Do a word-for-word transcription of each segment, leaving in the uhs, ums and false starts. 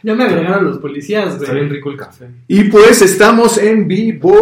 Ya me agregaron los policías, güey. Está bien rico el café. Y pues estamos en vivo.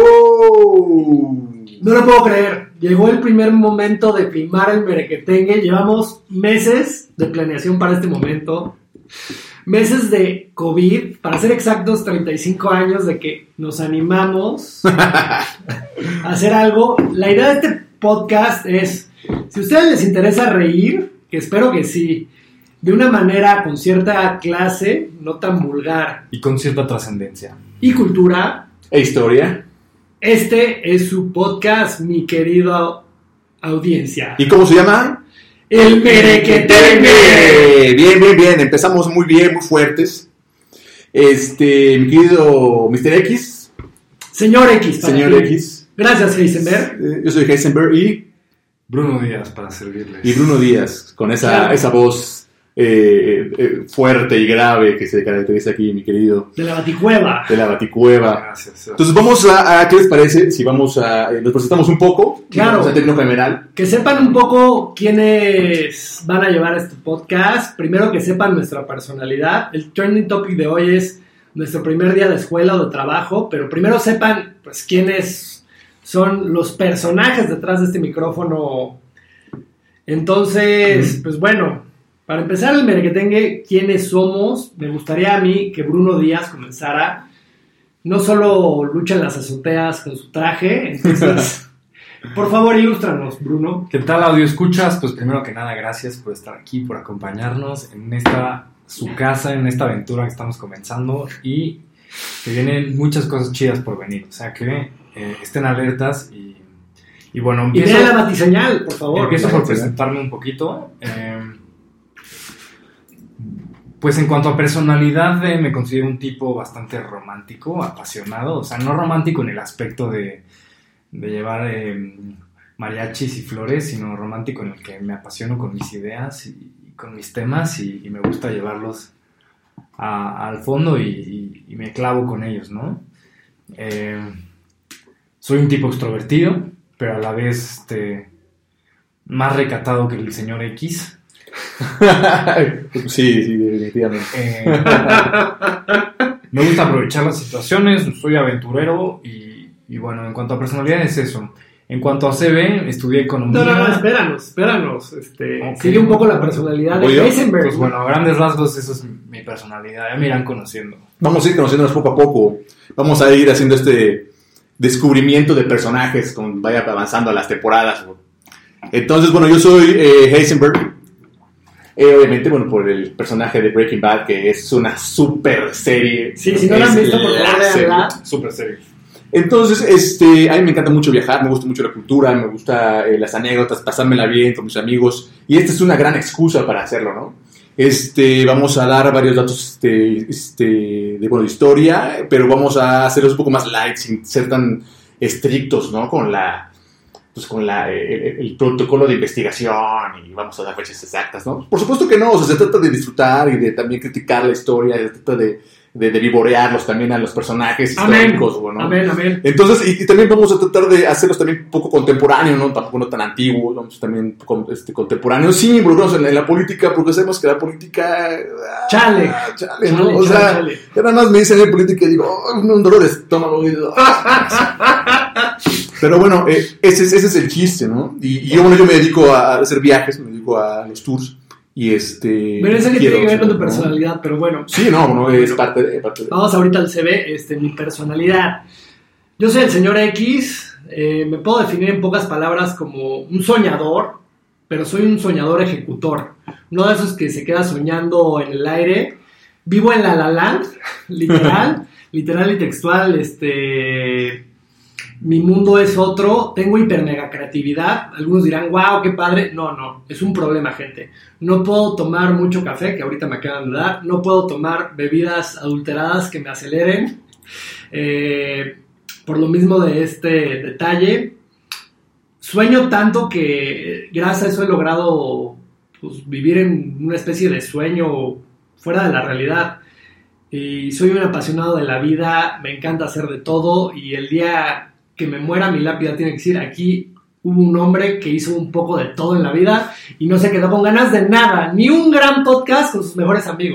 No lo puedo creer. Llegó el primer momento de filmar el merequetengue. Llevamos meses de planeación para este momento. Meses de COVID. Para ser exactos, treinta y cinco años de que nos animamos a hacer algo. La idea de este podcast es, si a ustedes les interesa reír, que espero que sí, de una manera con cierta clase, no tan vulgar. Y con cierta trascendencia. Y cultura. E historia. Este es su podcast, mi querido audiencia. ¿Y cómo se llama? El Merequetengue. Bien, bien, bien. Empezamos muy bien, muy fuertes. Este, mi querido mister X. Señor X. para Señor ti. X. Gracias, Heisenberg. Eh, Yo soy Heisenberg y... Bruno Díaz, para servirles. Y Bruno Díaz, con esa, Claro. esa voz eh, eh, fuerte y grave que se caracteriza aquí, mi querido, De la Baticueva. de la Baticueva. Gracias. Entonces vamos a, a ¿qué les parece? Si vamos a, eh, nos presentamos un poco, Claro. vamos a término general. Que sepan un poco quiénes van a llevar este podcast. Primero que sepan nuestra personalidad. El trending topic de hoy es nuestro primer día de escuela o de trabajo. Pero primero sepan pues quiénes son los personajes detrás de este micrófono. Entonces, mm. pues bueno, para empezar el merequetengue, ¿quiénes somos? Me gustaría a mí que Bruno Díaz comenzara. No solo lucha en las azoteas con su traje, entonces... Por favor, ilústranos, Bruno. ¿Qué tal, audio escuchas? Pues primero que nada, gracias por estar aquí, por acompañarnos en esta, su casa, en esta aventura que estamos comenzando y que vienen muchas cosas chidas por venir. O sea, que eh, estén alertas y, y bueno, empiezo... Y vean la batiseñal, por favor. Empiezo por presentarme un poquito. Eh, pues en cuanto a personalidad, eh, me considero un tipo bastante romántico, apasionado. O sea, no romántico en el aspecto de... de llevar eh, mariachis y flores, sino romántico en el que me apasiono con mis ideas y, y con mis temas y, y me gusta llevarlos a, al fondo y, y, y me clavo con ellos, ¿no? Eh, soy un tipo extrovertido, pero a la vez este, más recatado que el señor X. Sí, sí, definitivamente. Eh, me gusta aprovechar las situaciones, soy aventurero y Y bueno, en cuanto a personalidad es eso. En cuanto a C V, estudié economía. No, no, no, espéranos, espéranos. Este, Okay. Sigue un poco la personalidad de Oye, Heisenberg. Pues bueno, a grandes rasgos, eso es mi personalidad. Ya me irán conociendo. Vamos a ir conociéndonos poco a poco. Vamos a ir haciendo este descubrimiento de personajes con vaya avanzando a las temporadas. Entonces, bueno, yo soy eh, Heisenberg. Eh, obviamente, bueno, por el personaje de Breaking Bad, que es una super serie. Sí, si no la han visto, por favor, véanla. Súper serio. Entonces, este, a mí me encanta mucho viajar, me gusta mucho la cultura, me gusta eh, las anécdotas, pasármela bien con mis amigos, y esta es una gran excusa para hacerlo, ¿no? Este, vamos a dar varios datos este, este, de, bueno, de historia, pero vamos a hacerlos un poco más light, sin ser tan estrictos, ¿no? Con la, pues con la, el, el protocolo de investigación, y vamos a dar fechas exactas, ¿no? Por supuesto que no, o sea, se trata de disfrutar y de también criticar la historia, se trata de De, de vivorearlos también a los personajes históricos. Amén, ¿no? amén, amén. Entonces, y, y también vamos a tratar de hacerlos también un poco contemporáneos, ¿no? Tampoco no tan antiguos, vamos también con, este, contemporáneos. Sí, involucrados en, en la política, porque sabemos que la política... Chale. Ah, chale, Chale, ¿no? O chale, sea, chale. ya nada más me dicen en política y digo, oh, un dolor de estómago. Y digo, pero bueno, eh, ese, es, ese es el chiste, ¿no? Y, y yo, bueno, yo me dedico a hacer viajes, me dedico a los tours. Y este... Pero eso que quiero, tiene que ver con tu ¿no? personalidad, pero bueno. Sí, no, no, es parte de... Parte de... Vamos ahorita al C V, este, mi personalidad. Yo soy el señor X, eh, me puedo definir en pocas palabras como un soñador, pero soy un soñador ejecutor. Uno de esos que se queda soñando en el aire. Vivo en La La Land, literal, literal y textual, este... Mi mundo es otro, tengo hiper mega creatividad. Algunos dirán, wow, qué padre. No, no, es un problema, gente. No puedo tomar mucho café, que ahorita me acaban de dar. No puedo tomar bebidas adulteradas que me aceleren. Eh, por lo mismo de este detalle. Sueño tanto que gracias a eso he logrado pues, vivir en una especie de sueño fuera de la realidad. Y soy un apasionado de la vida, me encanta hacer de todo y el día que me muera mi lápida tiene que decir, aquí hubo un hombre que hizo un poco de todo en la vida y no se quedó con ganas de nada, ni un gran podcast con sus mejores amigos.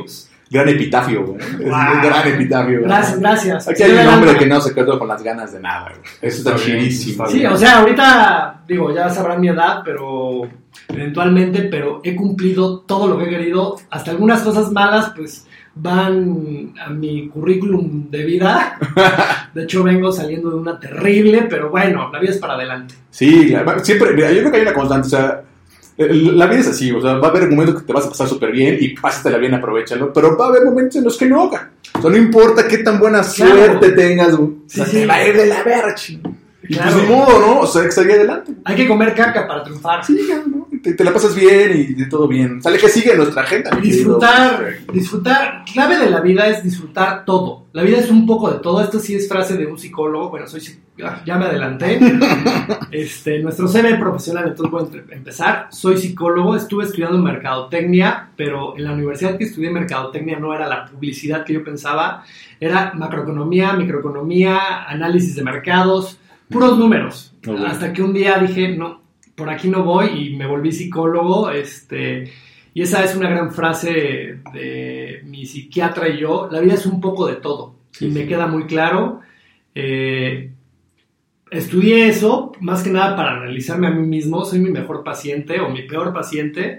Gran epitafio, güey. Es Wow. un gran epitafio, güey. Gracias, gracias. Aquí hay un hombre que no se quedó con las ganas de nada, güey. Eso está, Está bien, chidísimo. está Sí, bien. o sea, ahorita, digo, ya sabrán mi edad, pero eventualmente, pero he cumplido todo lo que he querido. Hasta algunas cosas malas, pues, van a mi currículum de vida. De hecho, vengo saliendo de una terrible, pero bueno, la vida es para adelante. Sí, la- siempre, mira, yo creo que hay una constante, o sea, el- la vida es así, o sea, va a haber momentos que te vas a pasar súper bien y pásatela bien, aprovechalo, pero va a haber momentos en los que no, ca. O sea, no importa qué tan buena Claro. suerte tengas, güey. Sí, o sea, sí. te va a ir de la verga, ching. Y Claro. pues ni modo, ¿no? O sea, hay que salir adelante. Hay que comer caca para triunfar. Sí, ya, ¿no? Te, te la pasas bien y de todo bien. Sale que sigue nuestra agenda. mi querido. Disfrutar, disfrutar, clave de la vida es disfrutar todo. La vida es un poco de todo. Esto sí es frase de un psicólogo. Bueno, soy psi- ya, ya me adelanté. Este, nuestro C V profesional, entonces voy a entre- empezar. Soy psicólogo, estuve estudiando mercadotecnia, pero en la universidad que estudié mercadotecnia no era la publicidad que yo pensaba. Era macroeconomía, microeconomía, análisis de mercados, puros números. Ok. Hasta que un día dije, no, por aquí no voy y me volví psicólogo, este, y esa es una gran frase de mi psiquiatra y yo, la vida es un poco de todo, Sí, y me sí. queda muy claro. Eh, estudié eso, más que nada para analizarme a mí mismo, soy mi mejor paciente o mi peor paciente,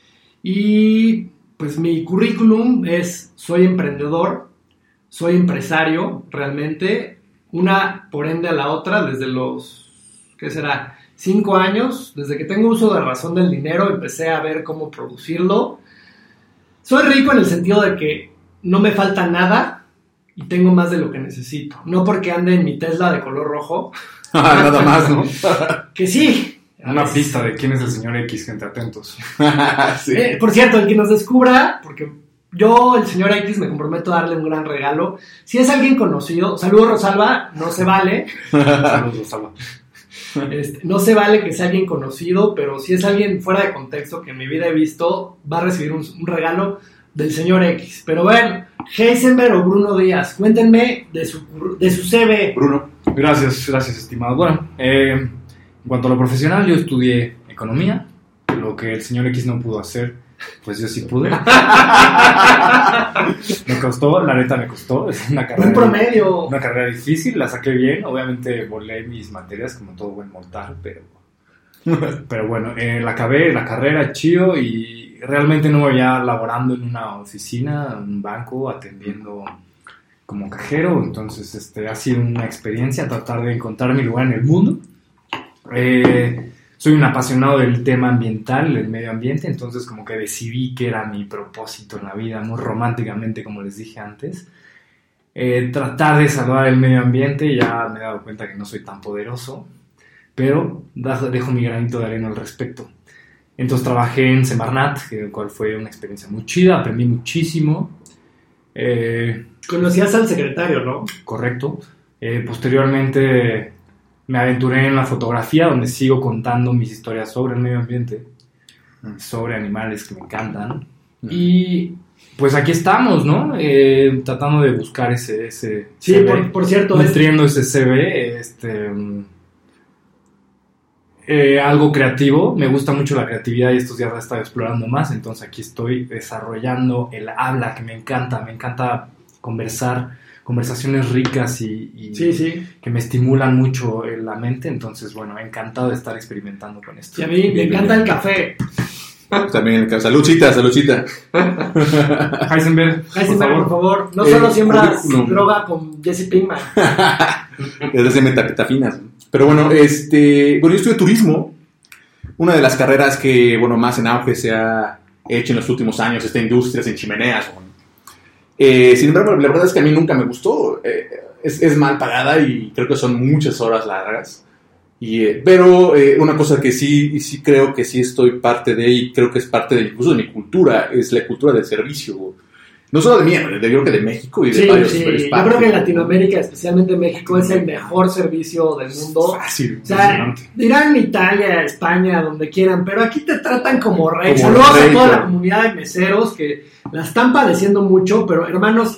y pues mi currículum es, soy emprendedor, soy empresario, realmente, una por ende a la otra, desde los, ¿qué será?, cinco años, desde que tengo uso de razón del dinero, empecé a ver cómo producirlo. Soy rico en el sentido de que no me falta nada y tengo más de lo que necesito. No porque ande en mi Tesla de color rojo, Nada más, ¿no? que sí. a Una veces. pista de quién es el señor X, gente, atentos. Sí. Eh, por cierto, el que nos descubra, porque yo, el señor X, me comprometo a darle un gran regalo. Si es alguien conocido, saludos Rosalba, no se vale. Saludos, Rosalba. Este, no se vale que sea alguien conocido, pero si es alguien fuera de contexto que en mi vida he visto, va a recibir un, un regalo del señor X. Pero bueno, Heisenberg o Bruno Díaz, cuéntenme de su, de su C V. Bruno. Gracias, gracias, estimado. Bueno, eh, en cuanto a lo profesional, yo estudié economía, lo que el señor X no pudo hacer, pues yo sí pude. Me costó, la neta me costó, es una carrera, Un promedio. una carrera difícil, la saqué bien, obviamente volé mis materias como todo buen mortal, pero, pero bueno, eh, la acabé, la carrera, chido, y realmente no me veía laborando en una oficina, en un banco, atendiendo como cajero, entonces este, ha sido una experiencia tratar de encontrar mi lugar en el mundo. Eh, soy un apasionado del tema ambiental, del medio ambiente, entonces como que decidí que era mi propósito en la vida, muy románticamente, como les dije antes. Eh, tratar de salvar el medio ambiente, ya me he dado cuenta que no soy tan poderoso, pero dejo mi granito de arena al respecto. Entonces trabajé en Semarnat, que cual fue una experiencia muy chida, aprendí muchísimo. Eh, Conocías al secretario, ¿no? correcto. Eh, posteriormente me aventuré en la fotografía, donde sigo contando mis historias sobre el medio ambiente, sobre animales que me encantan. Y pues aquí estamos, ¿no? Eh, tratando de buscar ese, ese Sí, C V, por, por cierto, es, nutriendo ese C V, este, eh, algo creativo. Me gusta mucho la creatividad y estos días la he estado explorando más, entonces aquí estoy desarrollando el habla, que me encanta, me encanta conversar, conversaciones ricas y, y sí, sí. que me estimulan mucho eh, la mente, entonces bueno, encantado de estar experimentando con esto. Y a mí me encanta el café. También, saludcita, saludcita. Heisenberg, Heisenberg, por favor, no Eh, solo siembras currículum. droga con Jesse Pinkman. Desde hace metapetafinas. Pero bueno, este, bueno, yo estudié turismo. Una de las carreras que, bueno, más en auge se ha hecho en los últimos años, esta industria en chimeneas. Eh, sin embargo, la verdad es que a mí nunca me gustó. Eh, es, es mal pagada y creo que son muchas horas largas. Y, eh, pero eh, una cosa que sí, sí creo que sí estoy parte de, y creo que es parte de, incluso de mi cultura, es la cultura del servicio. No solo de mí, de, yo creo que de México y de Sí, varios, sí. varios Yo partes. creo que en Latinoamérica, especialmente México, es el mejor servicio del mundo. Fácil. O sea, dirán Italia, España, donde quieran, pero aquí te tratan como rey. Como Saludos rey, a toda claro. la comunidad de meseros que la están padeciendo mucho, pero hermanos,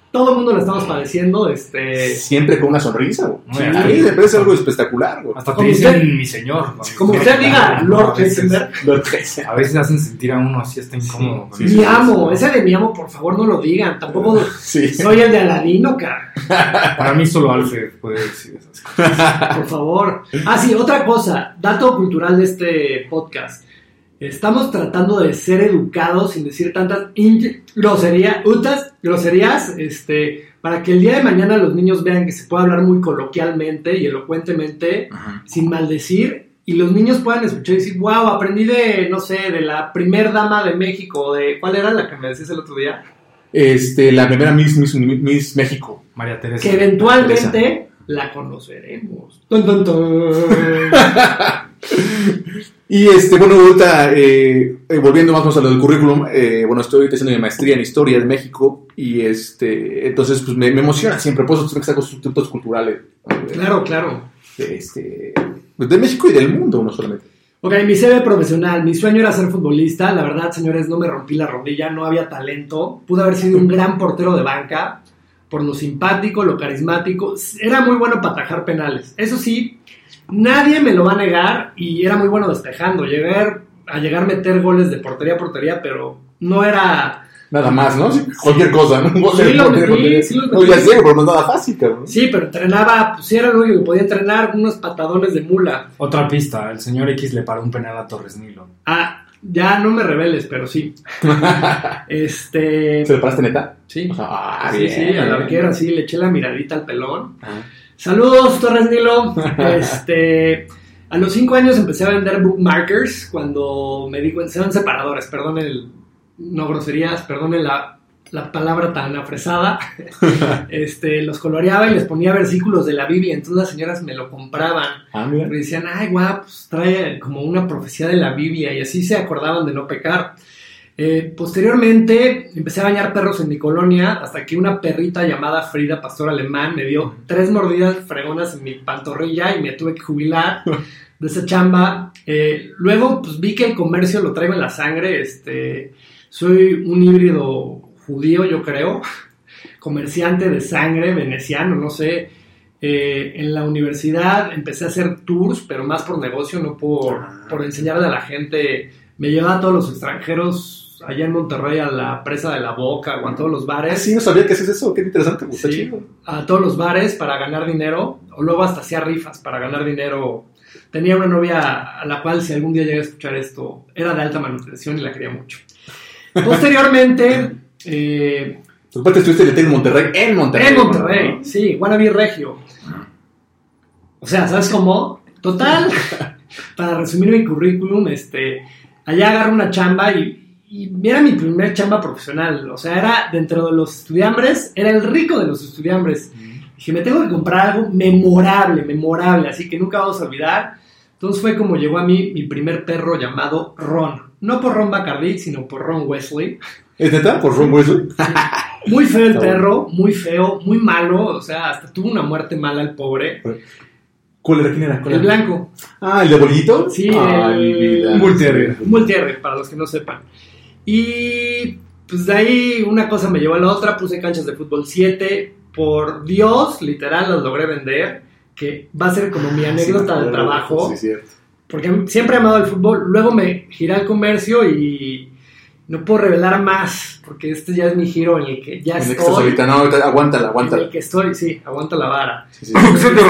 todo el mundo lo estamos padeciendo, este... Siempre con una sonrisa, güey. Sí, A mí me parece algo espectacular, güey. Hasta te Como dicen usted- mi señor. ¿no? Como usted diga, Lord A veces- Heisenberg. Lo que- A veces hacen sentir a uno así, está incómodo. Sí, con sí, Mi eso. amo, ese de mi amo, por favor no lo digan, tampoco Sí. soy el de Aladino, cara, Para mí solo Alfred puede decir esas cosas. por favor. Ah, sí, otra cosa, dato cultural de este podcast. Estamos tratando de ser educados sin decir tantas in- groserías, utas, groserías, este, para que el día de mañana los niños vean que se puede hablar muy coloquialmente y elocuentemente, Ajá. sin maldecir, y los niños puedan escuchar y decir, wow, aprendí de, no sé, de la primer dama de México, de, ¿cuál era la que me decías el otro día? Este, la primera Miss, Miss, Miss México. María Teresa. Que eventualmente la conoceremos. Tun, tun, tun. Y este, bueno, ahorita, eh, eh, volviendo más o menos a lo del currículum, eh, bueno, estoy ahorita haciendo mi maestría en Historia de México y este, entonces, pues me, me emociona siempre, por eso tengo que estar con sus institutos culturales. ¿no? Claro, claro. Este, pues de México y del mundo, no solamente. Ok, mi C V profesional, mi sueño era ser futbolista, la verdad, señores, no me rompí la rodilla, no había talento, pude haber sido un gran portero de banca, por lo simpático, lo carismático, era muy bueno para atajar penales, eso sí, nadie me lo va a negar y era muy bueno despejando, llegar a llegar a meter goles de portería a portería, pero no era... Nada más, ¿no? Sí, cualquier cosa, ¿no? Un gol Sí, de- lo de- metí, de- sí, lo No, metí. ya sé, pero no es nada fácil, cabrón. Sí, pero entrenaba, pues sí era lo único que podía entrenar, unos patadones de mula. Otra pista, el señor X le paró un penal a Torres Nilo. Ah, ya no me reveles, pero sí. Este... ¿Se lo paraste neta? Sí. O sea, ah, Sí, bien. sí, al arquero así le eché la miradita al pelón. Ajá. Saludos, Torres Nilo. Este, a los cinco años empecé a vender bookmarkers cuando me di cuenta, eran separadores, perdón el, no groserías, perdonen la, la palabra tan afresada. Este, los coloreaba y les ponía versículos de la Biblia, entonces las señoras me lo compraban. Ah, mira. Me decían, ay, guau, pues trae como una profecía de la Biblia y así se acordaban de no pecar. Eh, posteriormente empecé a bañar perros en mi colonia hasta que una perrita llamada Frida, pastor alemán, me dio tres mordidas fregonas en mi pantorrilla y me tuve que jubilar de esa chamba. Eh, luego pues vi que el comercio lo traigo en la sangre, este, soy un híbrido judío, yo creo, comerciante de sangre, veneciano, no sé. Eh, en la universidad empecé a hacer tours, pero más por negocio, no por, por enseñarle a la gente. Me llevaba a todos los extranjeros allá en Monterrey a la presa de la Boca o a todos los Ah, bares. sí, no sabía que haces eso. Qué interesante, pues, está Sí, chido. a todos los bares para ganar dinero, o luego hasta hacía rifas para ganar dinero. Tenía una novia a la cual, si algún día llegué a escuchar esto, era de alta manutención y la quería mucho. Posteriormente, eh, Después te estuviste en Monterrey, en Monterrey. en Monterrey, ¿no? sí, wannabe regio. O sea, ¿sabes cómo? Total, para resumir mi currículum, este, allá agarro una chamba y, y era mi primer chamba profesional. O sea, era dentro de los estudiambres, era el rico de los estudiambres. Dije, me tengo que comprar algo memorable, memorable, así que nunca vamos a olvidar. Entonces fue como llegó a mí mi primer perro llamado Ron. No por Ron Bacardí, sino por Ron Wesley. ¿Es neta? ¿Por Ron Wesley? Muy feo el Está perro, muy feo, muy malo. O sea, hasta tuvo una muerte mala el pobre. ¿Cuál era? ¿Quién era? ¿Cuál El era? blanco. Ah, ¿el de bolillito? Sí, Ay, el- mi vida. Un Bull Terrier. Un Bull Terrier, para los que no sepan. Y pues de ahí una cosa me llevó a la otra. Puse canchas de fútbol siete. Por Dios, literal, las logré vender. Que va a ser como mi anécdota Sí, de trabajo. Sí, cierto. Porque siempre he amado el fútbol. Luego me giré al comercio y no puedo revelar más. Porque este ya es mi giro en el que ya En el que estoy. estás ahorita. No, ahorita, aguántala, En el aguántala. que estoy, sí, aguanta la vara. Sí, sí,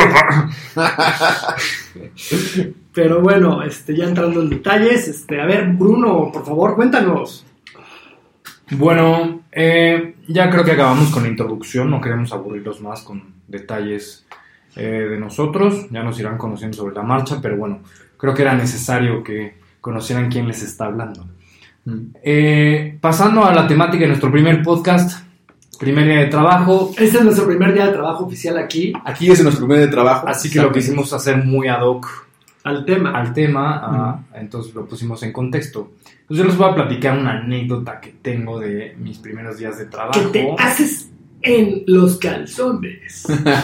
Pero bueno, este, ya entrando en detalles, este, a ver, Bruno, por favor, cuéntanos. Bueno, eh, ya creo que acabamos con la introducción, no queremos aburrirlos más con detalles eh, de nosotros, ya nos irán conociendo sobre la marcha, pero bueno, creo que era necesario que conocieran quién les está hablando. Eh, pasando a la temática de nuestro primer podcast, primer día de trabajo, Este es nuestro primer día de trabajo oficial aquí, Aquí es nuestro primer de trabajo. así que lo quisimos hacer muy ad hoc al tema. al tema, ah, entonces lo pusimos en contexto. Entonces yo les voy a platicar una anécdota que tengo de mis primeros días de trabajo. ¿Qué te haces en los calzones?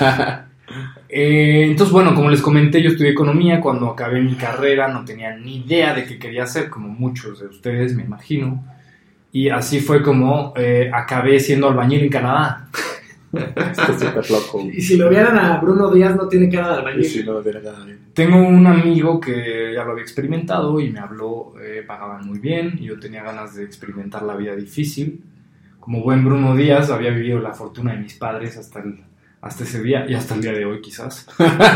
Eh, entonces, bueno, como les comenté, yo estudié economía. Cuando acabé mi carrera no tenía ni idea de qué quería hacer, como muchos de ustedes, me imagino. Y así fue como eh, acabé siendo albañil en Canadá. Está súper loco. Y si lo vieran a Bruno Díaz, no tiene cara de albañil. Sí, no tiene cara de... Tengo un amigo que ya lo había experimentado y me habló, eh, pagaban muy bien y yo tenía ganas de experimentar la vida difícil. Como buen Bruno Díaz, había vivido la fortuna de mis padres hasta, el, hasta ese día y hasta el día de hoy quizás.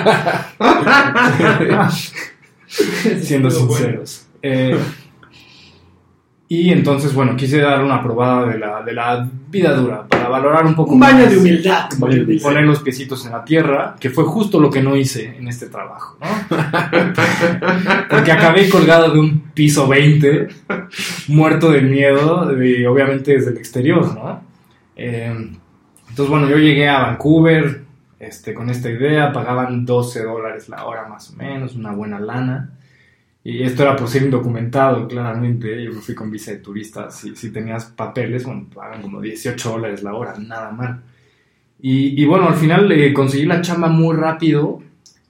Siendo sinceros. Eh, y entonces, bueno, quise dar una probada de la, de la vida dura para valorar un poco Un baño más, de humildad. como poner, dice. poner los piecitos en la tierra, que fue justo lo que no hice en este trabajo, ¿no? Porque acabé colgado de un piso veinte, muerto de miedo, de, obviamente desde el exterior, ¿no? Eh, entonces, bueno, yo llegué a Vancouver este, con esta idea, pagaban doce dólares la hora más o menos, una buena lana. Y esto era por ser indocumentado, claramente. Yo me fui con visa de turista. Si, si tenías papeles, bueno, pagan como dieciocho dólares la hora, nada mal. Y, y bueno, al final eh, conseguí la chamba muy rápido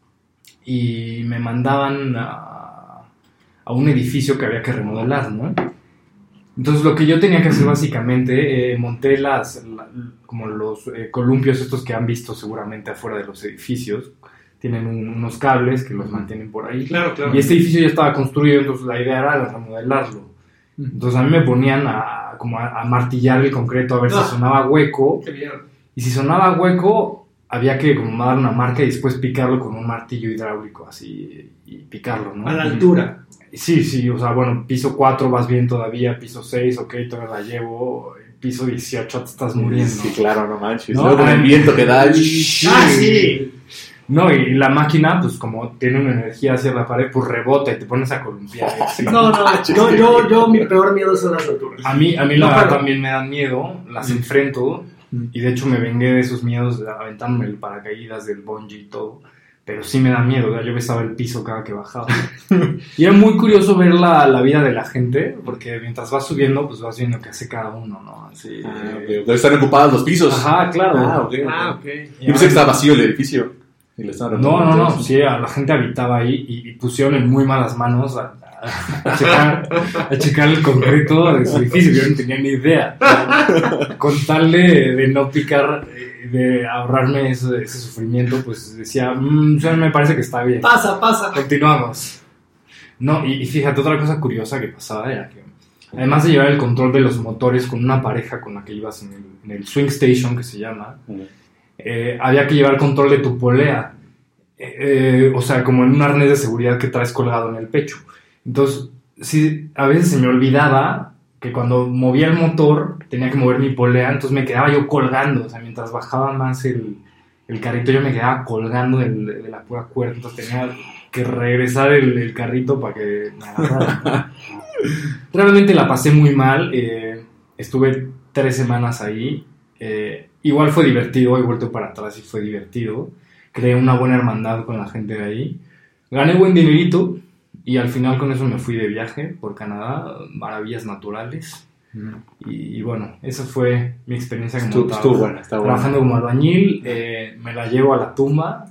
y me mandaban a, a un edificio que había que remodelar, ¿no? Entonces lo que yo tenía que hacer básicamente, eh, monté las, la, como los eh, columpios estos que han visto seguramente afuera de los edificios. Tienen un, unos cables que los mantienen por ahí. Claro, claro. Y este edificio ya estaba construido, entonces la idea era remodelarlo. Entonces a mí me ponían a, como a, a martillar el concreto a ver Ah. si sonaba hueco. Qué bien. Y si sonaba hueco, había que como dar una marca y después picarlo con un martillo hidráulico, así, y picarlo, ¿no? A la altura. Sí, sí, o sea, bueno, piso cuatro vas bien todavía, piso seis, ok, todavía la llevo, piso dieciocho te estás muriendo. Sí, claro, no manches. No, Luego con el ay, viento que da... Ah, sí. No, y la máquina, pues como tiene una energía hacia la pared, pues rebota y te pones a columpiar. así. No, no, yo, yo, yo, mi peor miedo son las alturas. A mí, a mí No, la verdad pero- también me dan miedo, las enfrento, y de hecho me vengué de esos miedos aventándome el paracaídas del bungee y todo. Pero sí me da miedo, ¿verdad? Yo besaba el piso cada que bajaba. Y era muy curioso ver la, la vida de la gente, porque mientras vas subiendo, pues vas viendo qué hace cada uno, ¿no? Así, Ah, ok. Deben estar ocupados los pisos. Ajá, claro. Ah, ok. Ah, ok. Yo pensé que estaba vacío el edificio. Y le estaban No, no, no, remodelando. sí, a la gente habitaba ahí y, y pusieron en muy malas manos a, a, a checar, a checar el concreto de su edificio, yo no tenía ni idea. Con tal de, de no picar, eh, de ahorrarme ese, ese sufrimiento, pues decía, mmm, o sea, me parece que está bien. Pasa, pasa. Continuamos. No, y, y fíjate, otra cosa curiosa que pasaba era que, además de llevar el control de los motores con una pareja con la que ibas en el, en el swing station, que se llama, eh, había que llevar control de tu polea. Eh, eh, o sea, como en un arnés de seguridad que traes colgado en el pecho. Entonces, sí, a veces se me olvidaba que cuando movía el motor tenía que mover mi polea, entonces me quedaba yo colgando. O sea, mientras bajaba más el, el carrito, yo me quedaba colgando del, de la pura cuerda. Entonces tenía que regresar el, el carrito para que me agarrara. Realmente la pasé muy mal. Eh, estuve tres semanas ahí. Eh, igual fue divertido, he vuelto para atrás y fue divertido. Creé una buena hermandad con la gente de ahí. Gané buen dinerito y al final con eso me fui de viaje por Canadá, maravillas naturales. Y, y bueno, esa fue mi experiencia como Estuvo, traba- estuvo buena, está buena. trabajando como albañil. Eh, me la llevo a la tumba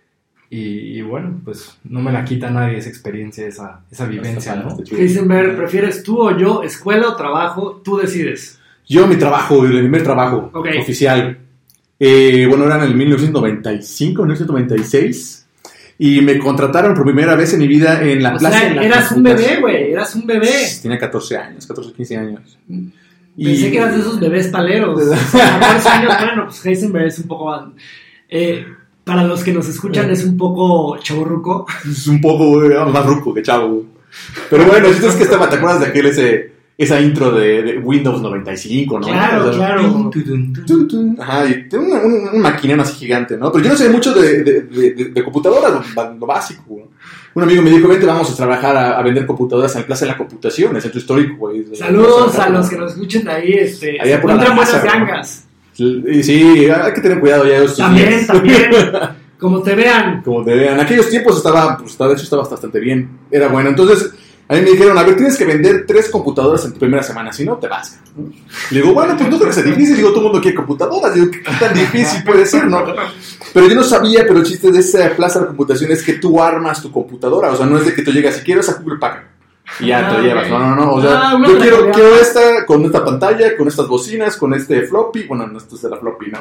y, y bueno, pues no me la quita nadie esa experiencia, esa, esa vivencia, Está- ¿no? está chido. Heisenberg, ¿prefieres tú o yo, escuela o trabajo? Tú decides. Yo, mi trabajo, el primer trabajo Ok. oficial, eh, bueno, era en el mil novecientos noventa y cinco, mil novecientos noventa y seis, y me contrataron por primera vez en mi vida en la O plaza. sea, de la eras un Computación. bebé, güey, eras un bebé. Tenía catorce años, catorce, quince años. Pensé que eras de esos bebés paleros. catorce años, bueno, pues Heisenberg es un poco... más- Eh, para los que nos escuchan es un poco chavorruco. Es un poco eh, más ruco que chavo. Pero bueno, el chiste es que estaba, ¿te acuerdas de aquel ese, esa intro de, de Windows noventa y cinco, no? Claro, O sea, claro. Tun, tun, tun. Tun, tun. Ajá, y tiene un, un, un maquinero así gigante, ¿no? Pero yo no sé mucho de, de, de, de, de computadoras, lo, lo básico, ¿no? Un amigo me dijo, vente, vamos a trabajar a, a vender computadoras en la Plaza de la Computación, en el centro histórico, güey. Saludos a los que nos escuchen ahí. Este, Allá se por la encuentran buenas casa, ¿no? gangas. Y sí, hay que tener cuidado ya de estos También, días. también. Como te vean. Como te vean, en aquellos tiempos estaba, pues, de hecho estaba bastante bien, era bueno. Entonces, a mí me dijeron, a ver, tienes que vender tres computadoras en tu primera semana, si no, te vas. Le digo, bueno, pues no creo que sea difícil. Digo, todo el mundo quiere computadoras. Digo, ¿qué tan difícil puede ser, no? Pero yo no sabía, pero el chiste de esa plaza de computación es que tú armas tu computadora. O sea, no es de que tú llegas y quieres a Google Packard y ya te Ah, lo llevas. ok. No, no, no. O sea, Ah, una yo quiero, realidad. quiero esta con esta pantalla, con estas bocinas, con este floppy. Bueno, no, esto es de la floppy, ¿no?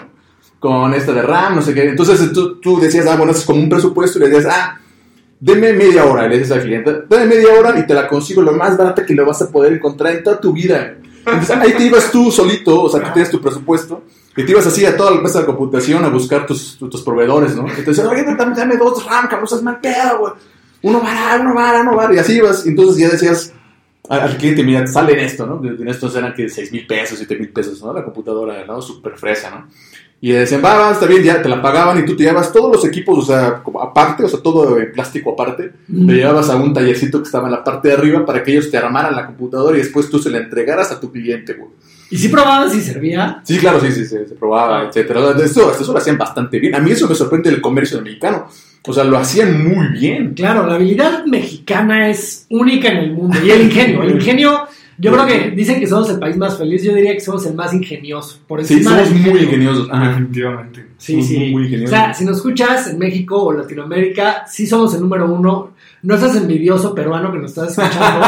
con esta de RAM, no sé qué. Entonces tú, tú decías, ah, bueno, es como un presupuesto y le decías, ah, deme media hora, y le dices al cliente, dame media hora y te la consigo lo más barata que lo vas a poder encontrar en toda tu vida. Entonces ahí te ibas tú solito, o sea, tú tienes tu presupuesto, y te ibas así a toda la mesa de computación a buscar tus, tus, tus proveedores, ¿no? Y te decían, oye, dame, dame dos RAM, cabrón, seas mal pedo, güey. Uno vara, uno vara, uno vara, y así ibas. Y entonces ya decías al cliente, mira, sale en esto, ¿no? En estos eran que seis mil pesos, siete mil pesos, ¿no? La computadora, ¿no? Súper fresa, ¿no? Y decían, va, va, está bien, ya te la pagaban y tú te llevabas todos los equipos, o sea, como aparte, o sea, todo en plástico aparte, mm. te llevabas a un tallercito que estaba en la parte de arriba para que ellos te armaran la computadora y después tú se la entregaras a tu cliente, güey. ¿Y si probabas si servía? Sí, claro, sí, sí, sí se probaba, ah. etcétera. Eso, eso lo hacían bastante bien. A mí eso me sorprende del comercio mexicano. O sea, lo hacían muy bien. Claro, la habilidad mexicana es única en el mundo. Y el ingenio, el ingenio... Yo creo que dicen que somos el país más feliz, yo diría que somos el más ingenioso. Por sí, somos muy ingeniosos. Ajá, definitivamente. Sí, somos sí. Muy, muy ingeniosos. O sea, si nos escuchas en México o Latinoamérica, sí somos el número uno. No estás envidioso peruano que nos estás escuchando.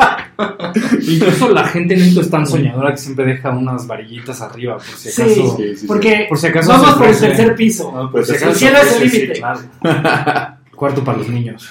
Incluso la gente en esto es tan soñadora que siempre deja unas varillitas arriba, por si acaso. Sí, sí, sí, porque por si acaso vamos por el tercer piso. No, por si acaso el cielo es el límite. Sí, claro. Cuarto para los niños.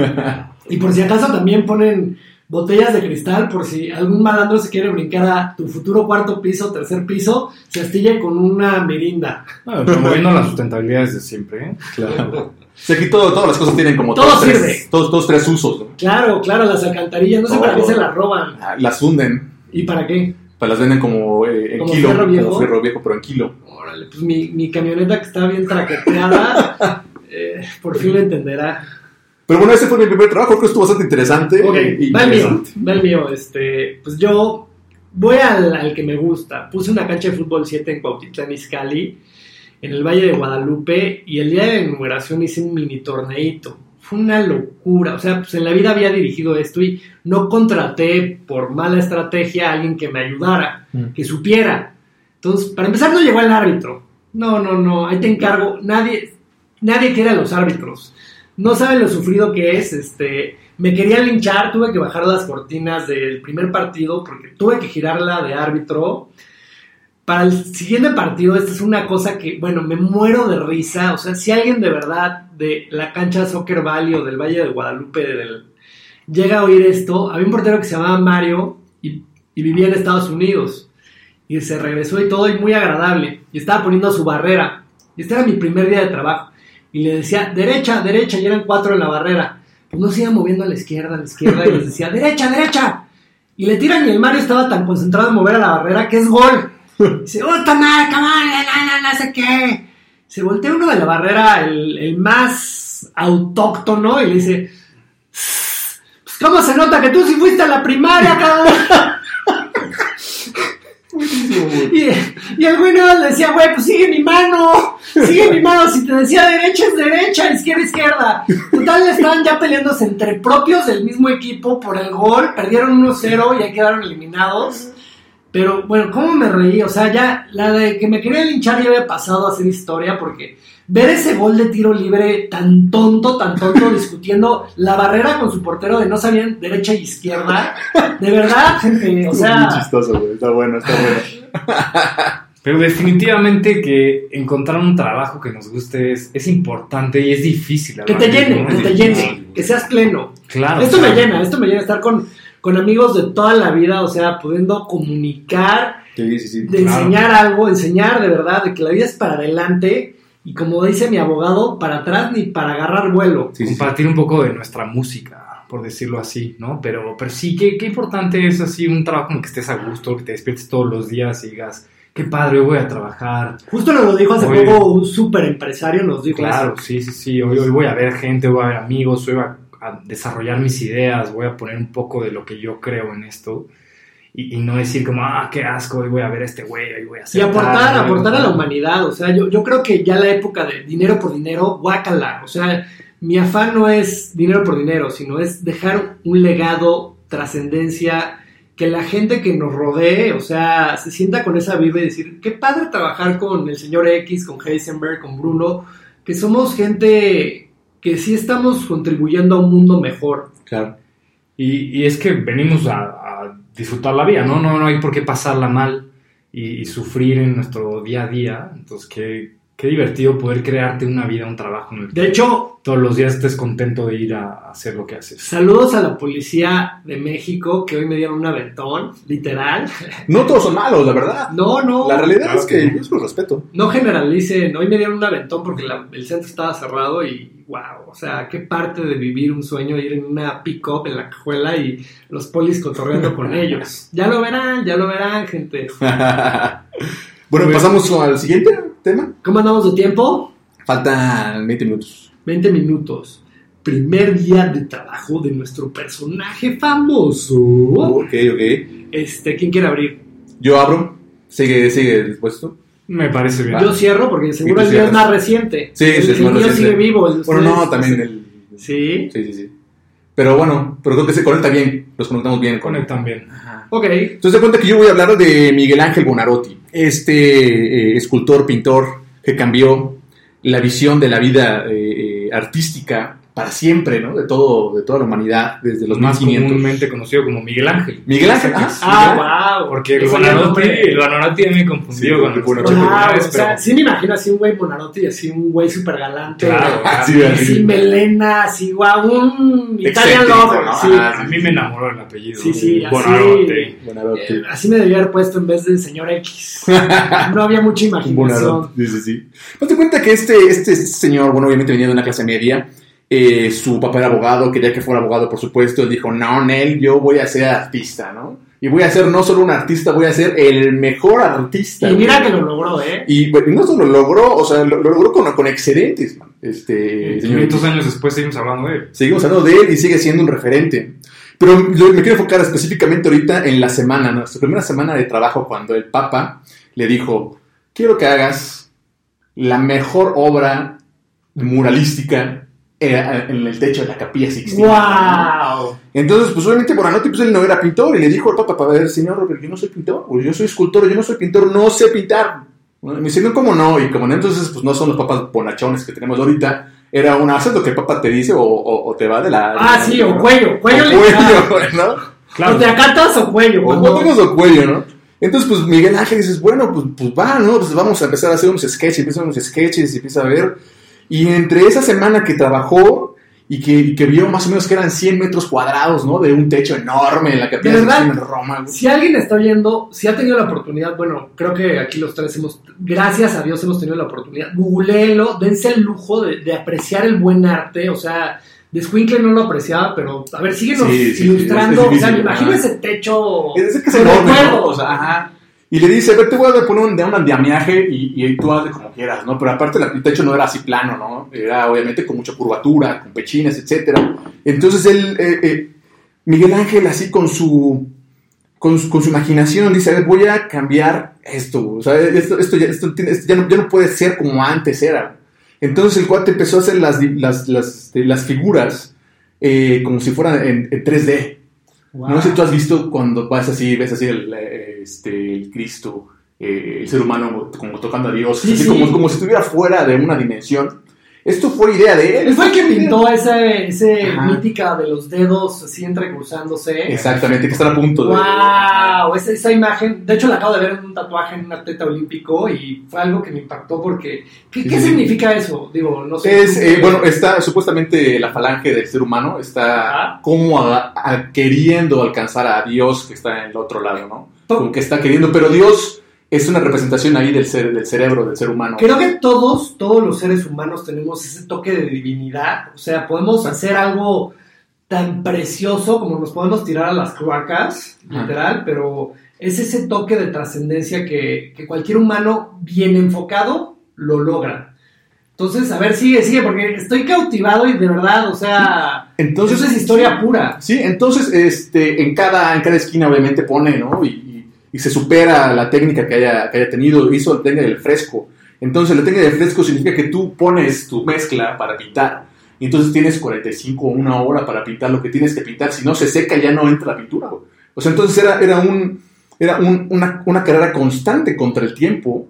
Y por si acaso también ponen botellas de cristal por si algún malandro se quiere brincar a tu futuro cuarto piso, tercer piso, se astilla con una mirinda. Bueno, promoviendo la sustentabilidad desde siempre, ¿eh? Claro. Sí, aquí todo, todas las cosas tienen como todo todos, sirve. Tres, todos, todos tres usos, ¿no? Claro, claro, las alcantarillas, no sé todo. Para qué se las roban. Las hunden. ¿Y para qué? Pues las venden como eh, en ¿Como kilo. Fierro viejo? Como fierro viejo, pero en kilo. Órale, pues mi, mi camioneta que está bien traqueteada, eh, por fin lo entenderá. Pero bueno, ese fue mi primer trabajo, creo que estuvo bastante interesante. Ok, y va el mío, va el mío. Este, pues yo voy al, al que me gusta. Puse una cancha de fútbol siete en Cuautitlán Izcalli, en el Valle de Guadalupe, y el día de la inauguración hice un mini torneito. Fue una locura, o sea, pues en la vida había dirigido esto y no contraté por mala estrategia a alguien que me ayudara, mm. que supiera. Entonces, para empezar no llegó el árbitro. No, no, no, ahí te encargo. Nadie, nadie quiere a los árbitros. No saben lo sufrido que es, este, me querían linchar, tuve que bajar las cortinas del primer partido porque tuve que girarla de árbitro. Para el siguiente partido, esta es una cosa que, bueno, me muero de risa, o sea, si alguien de verdad de la cancha Soccer Valley o del Valle de Guadalupe del, llega a oír esto, había un portero que se llamaba Mario y, y vivía en Estados Unidos y se regresó y todo y muy agradable y estaba poniendo su barrera y este era mi primer día de trabajo. Y le decía, derecha, derecha, y eran cuatro en la barrera. Pues no se iba moviendo a la izquierda, a la izquierda, y les decía, derecha, derecha. Y le tiran y el Mario estaba tan concentrado en mover a la barrera que es gol. Y dice, ¡oh, tomar, come on, no, no, no sé qué! Se voltea uno de la barrera, el, el más autóctono, y le dice, pues ¿cómo se nota que tú sí fuiste a la primaria, cabrón? Y, y el güey no le decía, güey, pues sigue mi mano, sigue mi mano, si te decía derecha es derecha, izquierda izquierda. Total, estaban ya peleándose entre propios del mismo equipo por el gol, perdieron uno cero y ya quedaron eliminados. Pero bueno, ¿cómo me reí? O sea, ya la de que me quería linchar ya había pasado a ser historia porque ver ese gol de tiro libre tan tonto, tan tonto, discutiendo la barrera con su portero de no sabían derecha y izquierda, de verdad, gente, o sea... Muy chistoso, güey, está bueno, está bueno. Pero definitivamente que encontrar un trabajo que nos guste es, es importante y es difícil. Que te llene, que te llene, que seas pleno. Claro. Esto claro. me llena, esto me llena estar con... con amigos de toda la vida, o sea, pudiendo comunicar, sí, sí, sí, de claro. enseñar algo, enseñar de verdad, de que la vida es para adelante, y como dice mi abogado, para atrás ni para agarrar vuelo. Sí, compartir sí. un poco de nuestra música, por decirlo así, ¿no? Pero, pero sí, qué, qué importante es así un trabajo en el que estés a gusto, que te despiertes todos los días y digas, qué padre, hoy voy a trabajar. Justo nos lo dijo hace hoy, poco un súper empresario, nos dijo claro, eso. sí, sí, sí, hoy, hoy voy a ver gente, voy a ver amigos, hoy voy a a desarrollar mis ideas, voy a poner un poco de lo que yo creo en esto y, y no decir como, ah, qué asco, hoy voy a ver a este güey, hoy voy a hacer y aportar, tal, aportar a la humanidad, o sea, yo, yo creo que ya la época de dinero por dinero, guácala, o sea, mi afán no es dinero por dinero, sino es dejar un legado, trascendencia, que la gente que nos rodee, o sea, se sienta con esa vibra y decir, qué padre trabajar con el señor X, con Heisenberg, con Bruno, que somos gente... que sí estamos contribuyendo a un mundo mejor. Claro. Y, y es que venimos a, a disfrutar la vida, ¿no? No, no hay por qué pasarla mal y, y sufrir en nuestro día a día. Entonces, qué, Qué divertido poder crearte una vida, un trabajo en el que De hecho, todos los días estés contento de ir a hacer lo que haces. saludos a la policía de México que hoy me dieron un aventón, literal. No todos son malos, la verdad. No, no. La realidad Claro es que que no. yo se los respeto. No generalicen, hoy me dieron un aventón porque la- el centro estaba cerrado y wow, o sea, qué parte de vivir un sueño ir en una pick-up en la cajuela y los polis cotorreando con ellos. Ya lo verán, ya lo verán, gente. Bueno, Muy pasamos al siguiente tema. ¿Cómo andamos de tiempo? Faltan veinte minutos. veinte minutos. Primer día de trabajo de nuestro personaje famoso. Ok, ok. Este, ¿quién quiere abrir? Yo abro. Sigue, sigue dispuesto. Me parece bien. Yo cierro porque seguro tú el mío es cierras. más reciente. Sí, el, sí, es el más mío reciente. sigue vivo. El de Bueno, ustedes, no, también el... Sí. Sí, sí, sí. Pero bueno, pero creo que se conecta bien. Los conectamos bien. Con Conectan bien. Ok. Entonces, de cuenta que yo voy a hablar de Miguel Ángel Buonarroti, este eh, escultor, pintor que cambió la visión de la vida eh, eh, artística para siempre, ¿no? De todo, de toda la humanidad, desde los Más mil quinientos. comúnmente conocido como Miguel Ángel. Miguel Ángel, ah, Ah, wow. Porque el Buonarroti, el Buonarroti me confundió Sí, con el el Buonarroti. Wow, Buonarroti, o sea, sí me imagino así un güey Buonarroti y así un güey súper galante. Claro, Sí, así sí. melena, así guau, un Italian Excéntrico, lover. ¿no? Sí. Ah, A mí me enamoró el apellido. Sí, sí, así. Buonarroti. Buonarroti. Eh, así me debía haber puesto en vez de señor X. No había mucha imaginación. Buonarroti, sí, sí, sí. Date cuenta que este, este señor, bueno, obviamente venía de una clase media. Eh, su papá era abogado, quería que fuera abogado, por supuesto. Él dijo, no, Nel, yo voy a ser artista, ¿no? Y voy a ser no solo un artista, voy a ser el mejor artista. Y mira güey. que lo logró, ¿eh? Y bueno, no solo lo logró, o sea, lo, lo logró con, con excedentes, man. Este, señor. quinientos años después seguimos hablando de él. Seguimos hablando de él y sigue siendo un referente. Pero yo me quiero enfocar específicamente ahorita en la semana, ¿no? Nuestra primera semana de trabajo, cuando el Papa le dijo, quiero que hagas la mejor obra muralística eh, en el techo de la Capilla Sixtina. ¡Wow! Entonces, pues obviamente Buonarroti, pues él no era pintor, y le dijo al Papa, para ver, señor Robert, yo no soy pintor, o yo soy escultor, yo no soy pintor, no sé pintar. Me dice, no, ¿cómo no? Y como no, entonces, pues no son los papas bonachones que tenemos ahorita, era una, haces lo que el Papa te dice, o, o, o te va de la... Ah, de sí, la- o cuello, cuello o le cuello, ¿no? O te acatas o cuello. O cuando- cuellos o cuello, ¿no? Entonces, pues Miguel Ángel dices, bueno, pues, pues va, ¿no? Pues vamos a empezar a hacer unos sketches, empieza unos sketches, y empieza a ver. Y entre esa semana que trabajó y que, y que vio más o menos que eran cien metros cuadrados, ¿no? De un techo enorme en la Capilla ¿De verdad? Sixtina en Roma. güey. Si alguien está oyendo, si ha tenido la oportunidad, bueno, creo que aquí los tres hemos, gracias a Dios hemos tenido la oportunidad, googleelo, dense el lujo de, de apreciar el buen arte, o sea, de Squinkle no lo apreciaba, pero a ver, síguenos Sí, sí, ilustrando, sí, es- es o sea, me difícil, imagino ajá. ese techo, Es que es con enorme, recuerdo. ¿no? O sea, ajá. Y le dice, a ver, te voy a poner un, de un andamiaje y, y tú hazle como quieras, ¿no? Pero aparte el techo no era así plano, ¿no? Era obviamente con mucha curvatura, con pechines, etcétera. Entonces él, eh, eh, Miguel Ángel, así con su, con su, con su imaginación, dice, a ver, voy a cambiar esto, o sea, esto, esto, ya, esto tiene- esto ya, no, ya no puede ser como antes era. Entonces el cuate empezó a hacer las, las, las, este, las figuras eh, como si fueran en, en tres D. Wow. No sé si tú has visto cuando vas así, ves así el, eh, este, el Cristo, eh, el ser humano como tocando a Dios, Sí, así sí. Como, como si estuviera fuera de una dimensión. Esto fue idea de él. Él fue el que pintó ese, ese Ajá. mítica de los dedos así entrecruzándose. Exactamente, que están a punto de... ¡Wow! Esa, esa imagen, de hecho la acabo de ver en un tatuaje en un atleta olímpico y fue algo que me impactó porque ¿qué, Sí, qué sí. significa eso? Digo, no sé. Es, tú eh, qué- bueno, está supuestamente la falange del ser humano, está Ajá. como a- a- queriendo alcanzar a Dios que está en el otro lado, ¿no? To- Como que está queriendo, pero Dios es una representación ahí del, ser, del cerebro del ser humano. Creo que todos, todos los seres humanos tenemos ese toque de divinidad. O sea, podemos hacer algo tan precioso como nos podemos tirar a las cloacas, Ajá. literal, pero es ese toque de trascendencia que, que cualquier humano bien enfocado lo logra. Entonces, a ver, sigue, sigue, porque estoy cautivado y de verdad, o sea, Entonces, eso es historia pura. Sí, entonces este, en, cada, en cada esquina obviamente pone, ¿no? Y, y, y se supera la técnica que haya, que haya tenido, hizo la técnica del fresco. Entonces la técnica del fresco significa que tú pones tu mezcla para pintar. Y entonces tienes cuarenta y cinco o una hora para pintar lo que tienes que pintar. Si no se seca ya no entra la pintura, güey. O sea, entonces era, era, un, era un, una, una carrera constante contra el tiempo.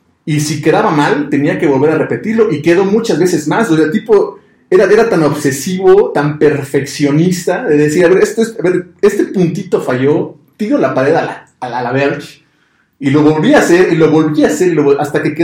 Y si quedaba mal, tenía que volver a repetirlo. Y quedó muchas veces más. O sea, tipo... Era, era tan obsesivo, tan perfeccionista, de decir, a ver, esto es, a ver, este puntito falló, tiro la pared a la, a la, a la verge, y lo volví a hacer, y lo volví a hacer, y lo vol- hasta que quedó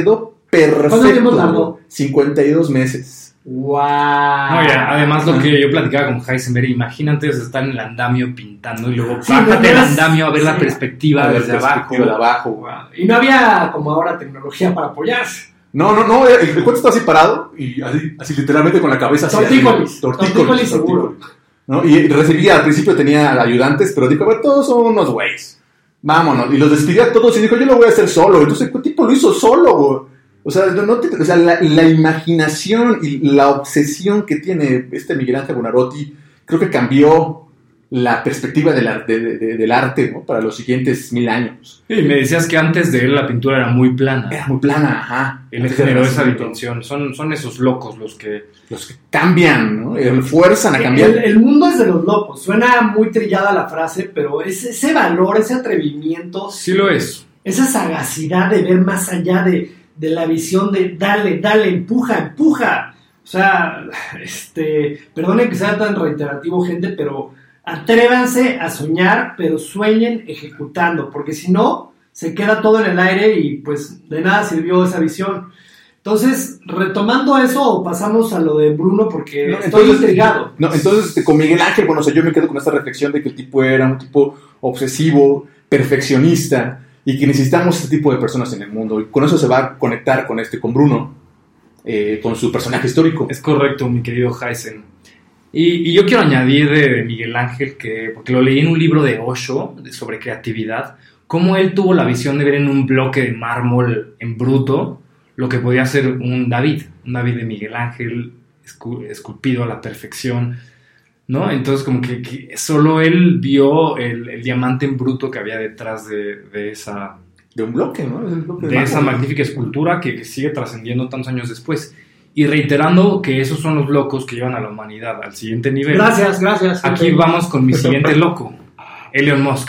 perfecto. ¿Cuánto tiempo tardó? cincuenta y dos meses. ¡Wow! No, ya, además lo que yo platicaba con Heisenberg, imagínate estar en el andamio pintando y luego Sí, bájate el veías- andamio a ver sí. la perspectiva A ver, desde perspectiva abajo. de abajo. Wow. Y no había como ahora tecnología para apoyarse. No, no, no, el, el cuento está así parado y así, así literalmente con la cabeza así. Tortícolis. así, Tortícolis seguro. ¿No? Y recibía, al principio tenía ayudantes, pero dijo, a ver, todos son unos güeyes. Vámonos. Y los despidió a todos y dijo, yo lo voy a hacer solo. Entonces el tipo lo hizo solo, güey. O sea, no te- o sea la, la imaginación y la obsesión que tiene este Miguel Ángel Buonarroti creo que cambió la perspectiva del, ar- de- de- de- del arte, ¿no? Para los siguientes mil años. Y me decías que antes de él la pintura era muy plana. Era muy plana, ajá. Él Antes generó del esa Renacimiento. dimensión. Son, son esos locos los que... Los que cambian, ¿no? Eh, Fuerzan a cambiar. El, el mundo es de los locos. Suena muy trillada la frase, pero ese, ese valor, ese atrevimiento, Sí lo es. esa sagacidad de ver más allá de, de la visión de dale, dale, empuja, empuja. O sea, este, perdonen que sea tan reiterativo, gente, pero atrévanse a soñar, pero sueñen ejecutando, porque si no, se queda todo en el aire y pues de nada sirvió esa visión. Entonces, retomando eso, pasamos a lo de Bruno, porque No, estoy entonces, intrigado. No, entonces, este, con Miguel Ángel, bueno, o sea, yo me quedo con esta reflexión de que el tipo era un tipo obsesivo, perfeccionista, y que necesitamos este tipo de personas en el mundo. Y con eso se va a conectar con este, con Bruno, eh, con su personaje histórico. Es correcto, mi querido Heisen. Y, y yo quiero añadir de, de Miguel Ángel, que, porque lo leí en un libro de Osho de- sobre creatividad, cómo él tuvo la visión de ver en un bloque de mármol en bruto lo que podía ser un David, un David de Miguel Ángel escu- esculpido a la perfección, ¿no? Entonces como que, que solo él vio el, el diamante en bruto que había detrás de, de esa, De un bloque, ¿no? Es el bloque de esa mármol. magnífica escultura que, que sigue trascendiendo tantos años después. Y reiterando que esos son los locos que llevan a la humanidad al siguiente nivel. Gracias, gracias. Aquí gente. vamos con mi siguiente loco, Elon Musk.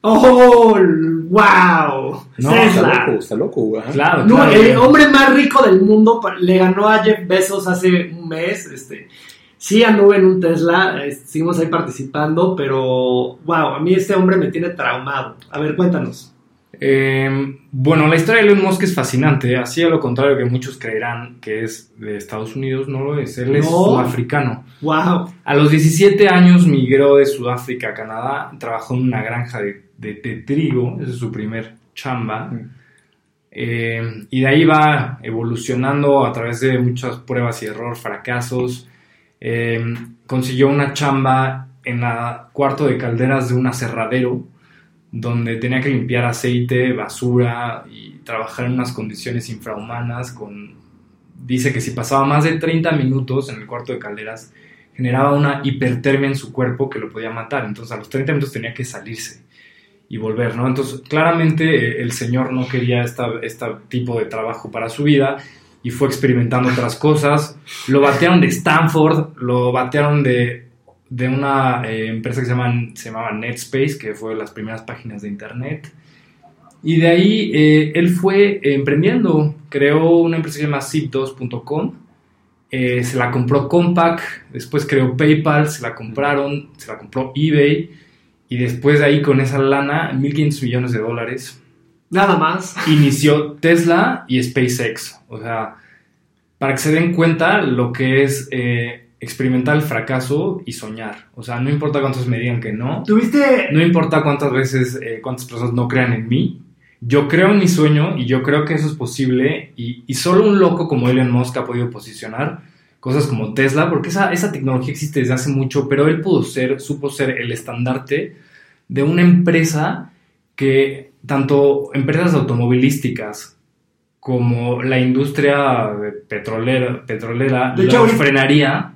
¡Oh, wow! No, Está Tesla. loco, está loco, ajá. Claro, No, claro. el hombre más rico del mundo pa- le ganó a Jeff Bezos hace un mes. Este, sí anduve en un Tesla, eh, seguimos ahí participando, pero wow, a mí este hombre me tiene traumado. A ver, cuéntanos. Eh, bueno, la historia de Elon Musk es fascinante, así a lo contrario que muchos creerán que es de Estados Unidos, no lo es, él es No. sudafricano. Wow. A los diecisiete años migró de Sudáfrica a Canadá, trabajó en una granja de, de, de trigo, esa es su primer chamba, Mm. eh, y de ahí va evolucionando a través de muchas pruebas y error, fracasos. Eh, consiguió una chamba en la cuarto de calderas de un aserradero, donde tenía que limpiar aceite, basura y trabajar en unas condiciones infrahumanas. Con, dice que si pasaba más de treinta minutos en el cuarto de calderas, generaba una hipertermia en su cuerpo que lo podía matar. Entonces a los treinta minutos tenía que salirse y volver, ¿no? Entonces claramente eh, el señor no quería esta, este tipo de trabajo para su vida y fue experimentando otras cosas. Lo batearon de Stanford, lo batearon de, de una eh, empresa que se, llama, se llamaba Netspace, que fue de las primeras páginas de internet. Y de ahí eh, él fue eh, emprendiendo, creó una empresa que se llama zip dos punto com, eh, se la compró Compaq, después creó PayPal, se la compraron, se la compró eBay, y después de ahí con esa lana, mil quinientos millones de dólares, Nada más. inició Tesla y SpaceX. O sea, para que se den cuenta lo que es eh, experimentar el fracaso y soñar. O sea, no importa cuántos me digan que no, Tuviste. no importa cuántas veces, eh, cuántas personas no crean en mí, yo creo en mi sueño y yo creo que eso es posible, y, y solo un loco como Elon Musk ha podido posicionar cosas como Tesla, porque esa, esa tecnología existe desde hace mucho, pero él pudo ser, supo ser el estandarte de una empresa que tanto empresas automovilísticas como la industria petrolera, petrolera De hecho, los ahorita- frenaría.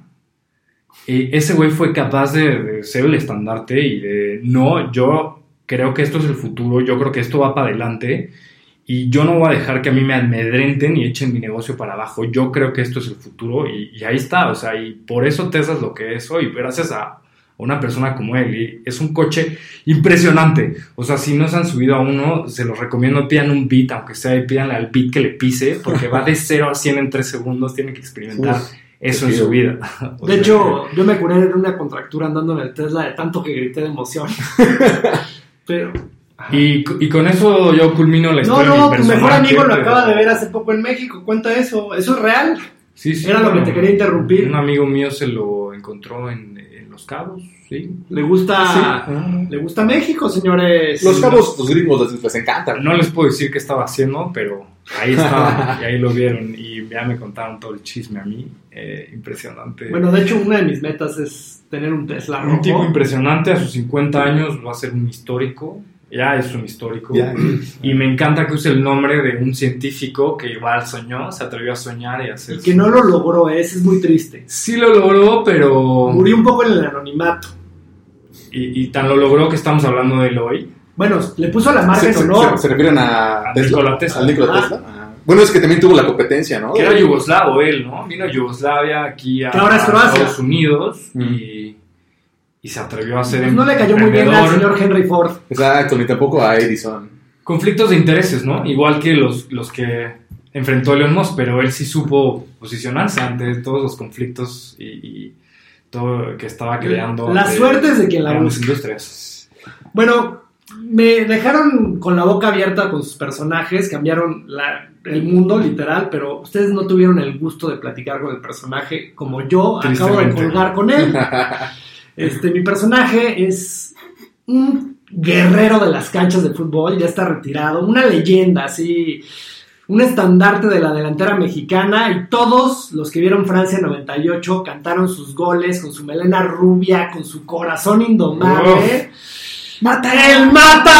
Y ese güey fue capaz de, de ser el estandarte y de, no, yo creo que esto es el futuro, yo creo que esto va para adelante y yo no voy a dejar que a mí me amedrenten y echen mi negocio para abajo, yo creo que esto es el futuro, y, y ahí está, o sea, y por eso Tesla es lo que es hoy, gracias a una persona como él. Y es un coche impresionante, o sea, si no se han subido a uno, se los recomiendo, pidan un Beat, aunque sea, y pídanle al Beat que le pise, porque va de cero a cien en tres segundos, tienen que experimentar Uf, eso qué en su chido. vida. O De sea, hecho, yo me curé de una contractura andando en el Tesla de tanto que grité de emoción. Pero, Y, y con eso yo culmino la No, historia de no, mi tu mejor personaje, amigo lo pero- acaba de ver hace poco en México. Cuenta eso. Eso es real. Sí, sí, Era lo bueno, que te quería interrumpir. Un amigo mío se lo encontró en, en Los Cabos, sí. Le gusta, Sí. le gusta México, señores. Los cabos, los gringos les, les encantan. No les puedo decir qué estaba haciendo, pero ahí estaba y ahí lo vieron y ya me contaron todo el chisme a mí. Eh, impresionante. Bueno, de hecho, una de mis metas es tener un Tesla Un tipo rojo. impresionante, a sus cincuenta años va a ser un histórico. Ya es un histórico. Ya. Y me encanta que use el nombre de un científico que igual soñó, se atrevió a soñar y a hacer. Y que no lo logró, ese es muy triste. Sí lo logró, pero. Murió un poco en el anonimato. Y, y tan lo logró que estamos hablando de él hoy. Bueno, le puso la marca ¿Se, en se- honor. se- se refieren a, A Nikola Tesla. ¿A Nikola Ah. Tesla? Ah. Bueno, es que también tuvo la competencia, ¿no? Que era yugoslavo él, ¿no? Vino a Yugoslavia aquí a, Que ahora es a Croacia. Estados Unidos Mm. y, y se atrevió a ser Pues no le cayó muy bien al emprendedor. señor Henry Ford. Exacto, ni tampoco a Edison. Conflictos de intereses, ¿no? Igual que los, los que enfrentó Elon Musk, pero él sí supo posicionarse ante todos los conflictos y, y todo que estaba creando. La ante suerte es de quien la grandes busca. industrias. Bueno, me dejaron con la boca abierta con sus personajes, cambiaron la- el mundo literal, pero ustedes no tuvieron el gusto de platicar con el personaje como yo acabo de Tristemente. colgar con él. Este, mi personaje es un guerrero de las canchas de fútbol, ya está retirado, una leyenda, así, un estandarte de la delantera mexicana, y todos los que vieron Francia noventa y ocho cantaron sus goles con su melena rubia, con su corazón indomable. ¡Mata el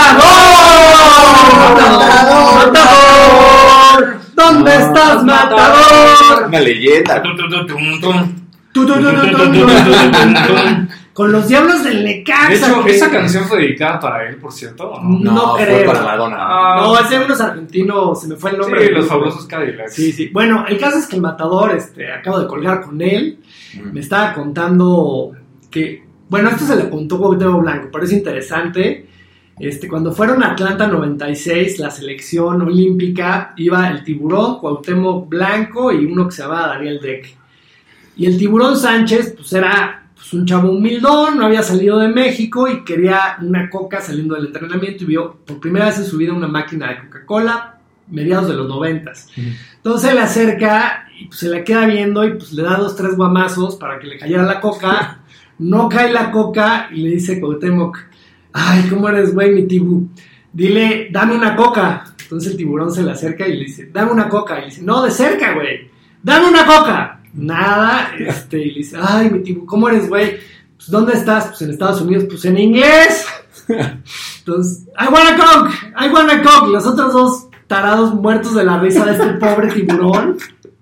matador! ¡Matador! ¿Dónde estás, matador? Una leyenda. Tum, tum, tum, tum, tum. Tu, tu, tu, tu, tu, tu, tu, tu, tu. Con los diablos del Necaxa. De hecho, que- esa canción fue dedicada para él, por cierto, ¿o no? No No, fue creo. para Madonna. Ah, No, ese de unos argentinos, se me fue el nombre. sí, del los grupo. fabulosos Cadillacs. Sí, sí. Bueno, el caso es que el matador, este, acabo de colgar con él, Mm. me estaba contando que, bueno, esto se le contó Cuauhtémoc Blanco, pero es interesante. Este, cuando fueron a Atlanta noventa y seis, la selección olímpica, iba el Tiburón, Cuauhtémoc Blanco y uno que se llamaba Daniel Deck. Y el Tiburón Sánchez, pues era pues, un chavo humildón, no había salido de México y quería una coca saliendo del entrenamiento y vio por primera vez en su vida una máquina de Coca-Cola, mediados de los noventas. Mm. Entonces se le acerca y pues, se la queda viendo y pues le da dos, tres guamazos para que le cayera la coca. No cae la coca y le dice Cuauhtémoc, ay, ¿cómo eres, güey, mi tibu? Dile, dame una coca. Entonces el tiburón se le acerca y le dice, dame una coca. Y le dice, no, de cerca, güey, dame una coca. Nada, este, y le dice, ay, mi tibu, ¿cómo eres, güey? Pues, ¿dónde estás? Pues en Estados Unidos, pues en inglés. Entonces, I want a coke, I want a coke. Y los otros dos tarados muertos de la risa de este pobre tiburón.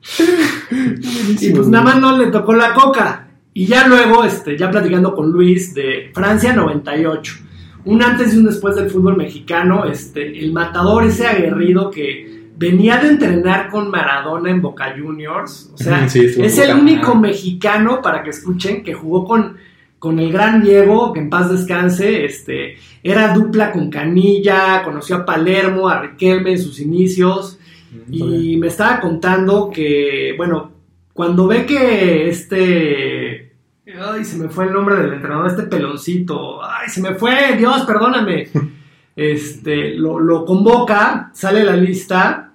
Y pues nada más no le tocó la coca. Y ya luego, este, ya platicando con Luis de Francia noventa y ocho, un antes y un después del fútbol mexicano, este, el matador, ese aguerrido que venía de entrenar con Maradona en Boca Juniors, o sea, Sí, estuvo en es el Boca. único Ah. mexicano, para que escuchen, que jugó con, con el gran Diego, que en paz descanse, este, era dupla con Canilla, conoció a Palermo, a Riquelme en sus inicios, y me estaba contando que, bueno, cuando ve que este... Ay, se me fue el nombre del entrenador, este peloncito. Ay, se me fue, Dios, perdóname. Este, lo, lo convoca, sale la lista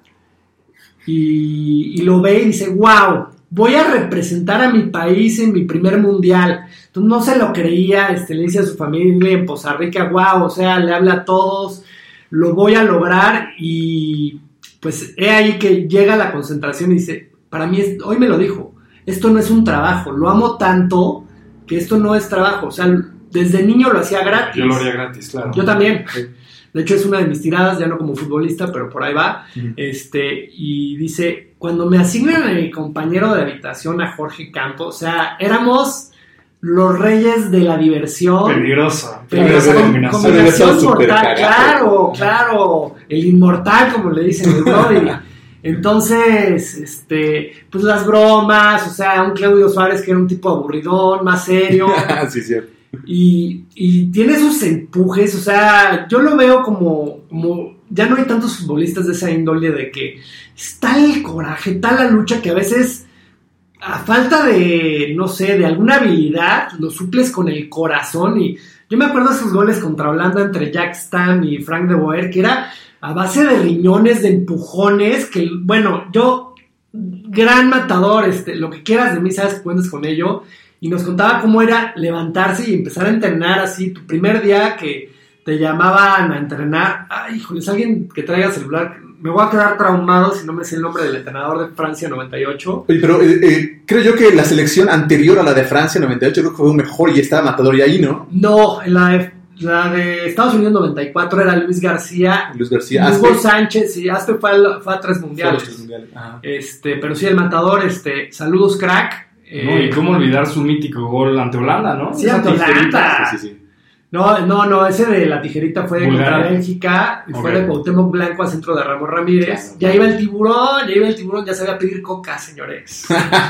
y, y lo ve y dice, wow, voy a representar a mi país en mi primer mundial. Entonces no se lo creía, este, le dice a su familia en Poza Rica, wow, o sea, le habla a todos, lo voy a lograr. Y pues he ahí que llega la concentración y dice, para mí, es, hoy me lo dijo, esto no es un trabajo, lo amo tanto que esto no es trabajo, o sea, desde niño lo hacía gratis. Yo lo haría gratis, claro. Yo también. De hecho, es una de mis tiradas, ya no como futbolista, pero por ahí va. Ujú. Este, y dice, cuando me asignan a mi compañero de habitación, a Jorge Campos, o sea, éramos los reyes de la diversión. Peligroso. Pero Peligrosa con- combinación. combinación Súper mortal, cagado. claro, claro, el inmortal, como le dicen el Brody. Entonces, este, pues las bromas, o sea, un Claudio Suárez que era un tipo aburridón, más serio, Sí, cierto. y, y tiene sus empujes, o sea, yo lo veo como, como, ya no hay tantos futbolistas de esa índole de que está el coraje, está la lucha que a veces, a falta de, no sé, de alguna habilidad, lo suples con el corazón y Yo me acuerdo de esos goles contra Holanda entre Jack Stam y Frank de Boer, que era a base de riñones, de empujones, que, bueno, yo, gran matador, este, lo que quieras de mí, sabes que cuentes con ello, y nos contaba cómo era levantarse y empezar a entrenar así, tu primer día que te llamaban a entrenar, ay, híjole, es alguien que traiga celular, me voy a quedar traumado si no me sé el nombre del entrenador de Francia noventa y ocho. Oye, pero eh, eh, creo yo que la selección anterior a la de Francia noventa y ocho creo que fue mejor y estaba Matador y ahí, ¿no? No, la de, la de Estados Unidos noventa y cuatro era Luis García. Luis García. Hugo Aspe. Sánchez, sí, Aspe fue, al, fue a tres mundiales. Fue a los tres mundiales. Ajá. Este, pero sí, el Matador, este, saludos crack. Eh, No, y cómo olvidar su mítico gol ante Holanda, ¿no? Sí, Esa ante tijerita. Holanda. Sí, sí, sí. No, no, no, ese de la tijerita fue Bulgaria. contra Bélgica, y fue Ok. de Cuauhtémoc Blanco a centro de Ramos Ramírez. Claro. Ya iba el tiburón, ya iba el tiburón, ya sabía pedir coca, señores.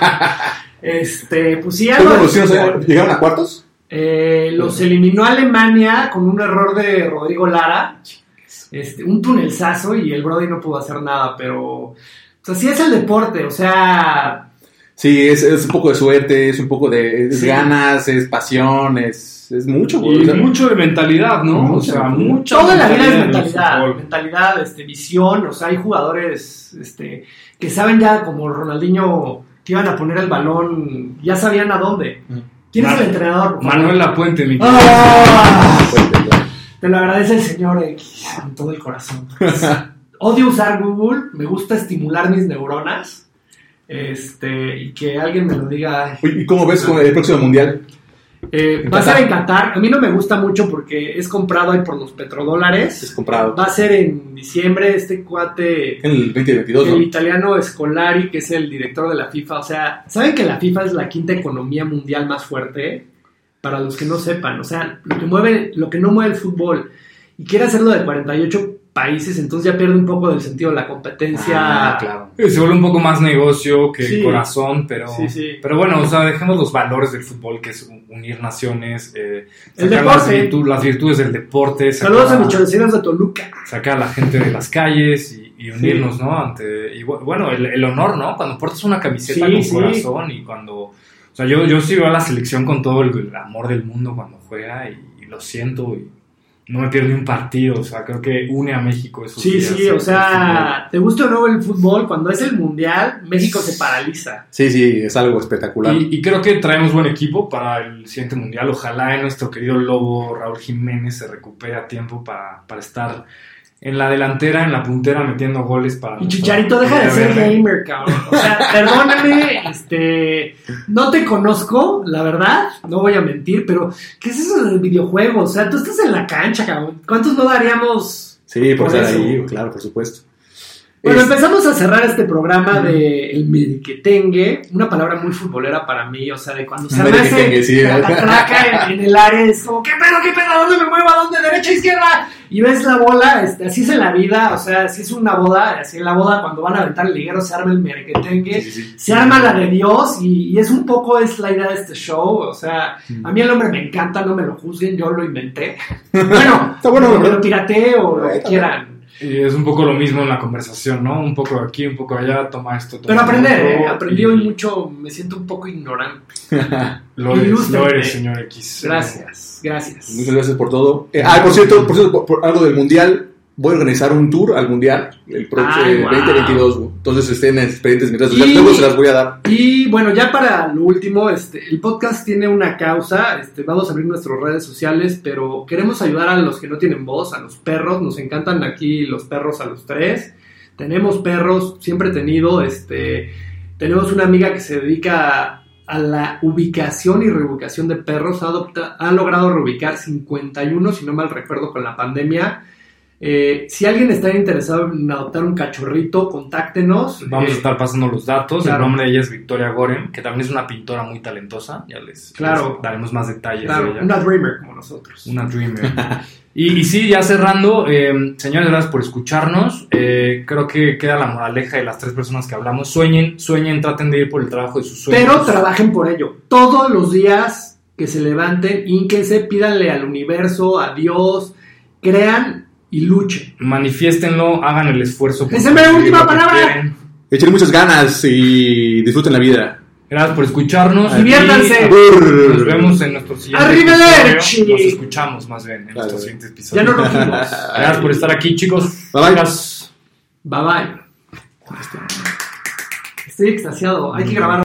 este, pues sí, ¿Cómo algo los chinos, eh, llegaron a cuartos? eh, los eliminó Alemania con un error de Rodrigo Lara, este, un tunelzazo y el Brody no pudo hacer nada, pero, o sea, sí es el deporte, o sea, Sí, es, es un poco de suerte, es un poco de es Sí. ganas, es pasión, es, es mucho, güey. Y O sea, mucho de mentalidad, ¿no? Mucho. O sea, mucha todo en la vida es en el mentalidad, fútbol. mentalidad, este, visión, o sea, hay jugadores este, que saben ya, como Ronaldinho, que iban a poner el balón, ya sabían a dónde. ¿Quién es Man- el entrenador? por favor? Manuel Lapuente, mi querido. ¡Ah! fuerte, claro. Te lo agradece el señor X con todo el corazón. Odio usar Google, me gusta estimular mis neuronas, este, y que alguien me lo diga. Oye, ¿y cómo ves con el próximo mundial? Eh, En va a ser Qatar. en Qatar. A mí no me gusta mucho porque es comprado ahí por los petrodólares. Es comprado. Va a ser en diciembre. Este cuate, En el veinte veintidós, el ¿no? italiano Scolari, que es el director de la FIFA. O sea, ¿saben que la FIFA es la quinta economía mundial más fuerte? Para los que no sepan. O sea, lo que mueve, lo que no mueve el fútbol. Y quiere hacerlo de cuarenta y ocho países, entonces ya pierde un poco del sentido de la competencia. Ah, claro. Se vuelve un poco más negocio que Sí. corazón, pero, Sí, sí. pero bueno, o sea, dejemos los valores del fútbol, que es unir naciones, eh, El sacar las, deporte. virtu- las virtudes del deporte, sacar, Saludos a mis choricinos de Toluca. sacar a la gente de las calles y, y unirnos, ¿no? Ante, y bu- bueno, el, el honor, ¿no? Cuando portas una camiseta Sí, con sí. corazón y cuando... O sea, yo, yo sí veo a la selección con todo el, el amor del mundo cuando juega y, y lo siento y no me pierdo ni un partido, o sea, creo que une a México esos Sí, días, sí, el o sea, ¿te gusta o no el fútbol? Cuando es el mundial, México se paraliza. Sí, sí, es algo espectacular. Y, y creo que traemos buen equipo para el siguiente mundial. Ojalá nuestro querido Lobo Raúl Jiménez se recupere a tiempo para, para estar en la delantera, en la puntera, metiendo goles para... Y Chicharito, deja de ser gamer, cabrón. O sea, perdóname, este, no te conozco, la verdad, no voy a mentir, pero ¿qué es eso del videojuego? O sea, tú estás en la cancha, cabrón. ¿Cuántos no daríamos? Sí, por, por estar eso. ahí, claro, por supuesto. Bueno, Es- empezamos a cerrar este programa de el merequetengue, una palabra muy futbolera para mí, o sea, de cuando se Merequetengue, hace sí. la traca en, en el área, es como, ¿qué pedo, qué pedo? ¿Dónde me muevo? ¿A dónde? ¿Derecha, izquierda? Y ves la bola, este, así es en la vida, o sea, así es una boda, así en la boda cuando van a aventar el liguero se arma el merequetengue, Sí, sí, sí. se arma la de Dios y, y es un poco es la idea de este show, o sea, a mí el nombre me encanta, no me lo juzguen, yo lo inventé. Bueno, Está bueno, me ¿verdad? lo pirateé o lo que Está quieran. Y es un poco lo mismo en la conversación, ¿no? Un poco aquí, un poco allá, toma esto, toma Pero aprender, otro, ¿eh? Aprendí y hoy mucho, me siento un poco ignorante. Lo eres, Ilústrate. lo eres, señor X. Gracias, gracias. Muchas gracias por todo. Eh, ah, por cierto, por cierto, por, por algo del mundial, voy a organizar un tour al mundial el próximo Ay, wow. veinte veintidós. güey. Entonces estén expedientes mientras Y- luego se las voy a dar. Y bueno, ya para lo último, este, el podcast tiene una causa, este, vamos a abrir nuestras redes sociales, pero queremos ayudar a los que no tienen voz, a los perros, nos encantan aquí los perros a los tres, tenemos perros, siempre he tenido, este, tenemos una amiga que se dedica a, a la ubicación y reubicación de perros, ha, adopta- ha logrado reubicar cincuenta y uno, si no mal recuerdo, con la pandemia. Eh, si alguien está interesado en adoptar un cachorrito, contáctenos. Vamos Eh, a estar pasando los datos. claro. El nombre de ella es Victoria Gorem, que también es una pintora muy talentosa. Ya les, Claro. les daremos más detalles Claro, de ella. una dreamer como nosotros. Una dreamer. y, y sí, ya cerrando, eh, señores, gracias por escucharnos. Eh, creo que queda la moraleja de las tres personas que hablamos. Sueñen, sueñen, traten de ir por el trabajo de sus sueños. Pero trabajen por ello. Todos los días que se levanten, ínquense, pídanle al universo, a Dios, crean y luchen. Manifiéstenlo, hagan el esfuerzo. por Esa es mi conseguir última lo que palabra. quieren. Echen muchas ganas y disfruten la vida. Gracias por escucharnos. Diviértanse. Y nos vemos en nuestro siguiente Arrivederci. episodio. Nos escuchamos más bien en Claro. nuestro siguiente episodio. Ya no nos vimos. Gracias por estar aquí, chicos. Bye, bye. Chicas. Bye bye. Estoy extasiado. Hay que grabar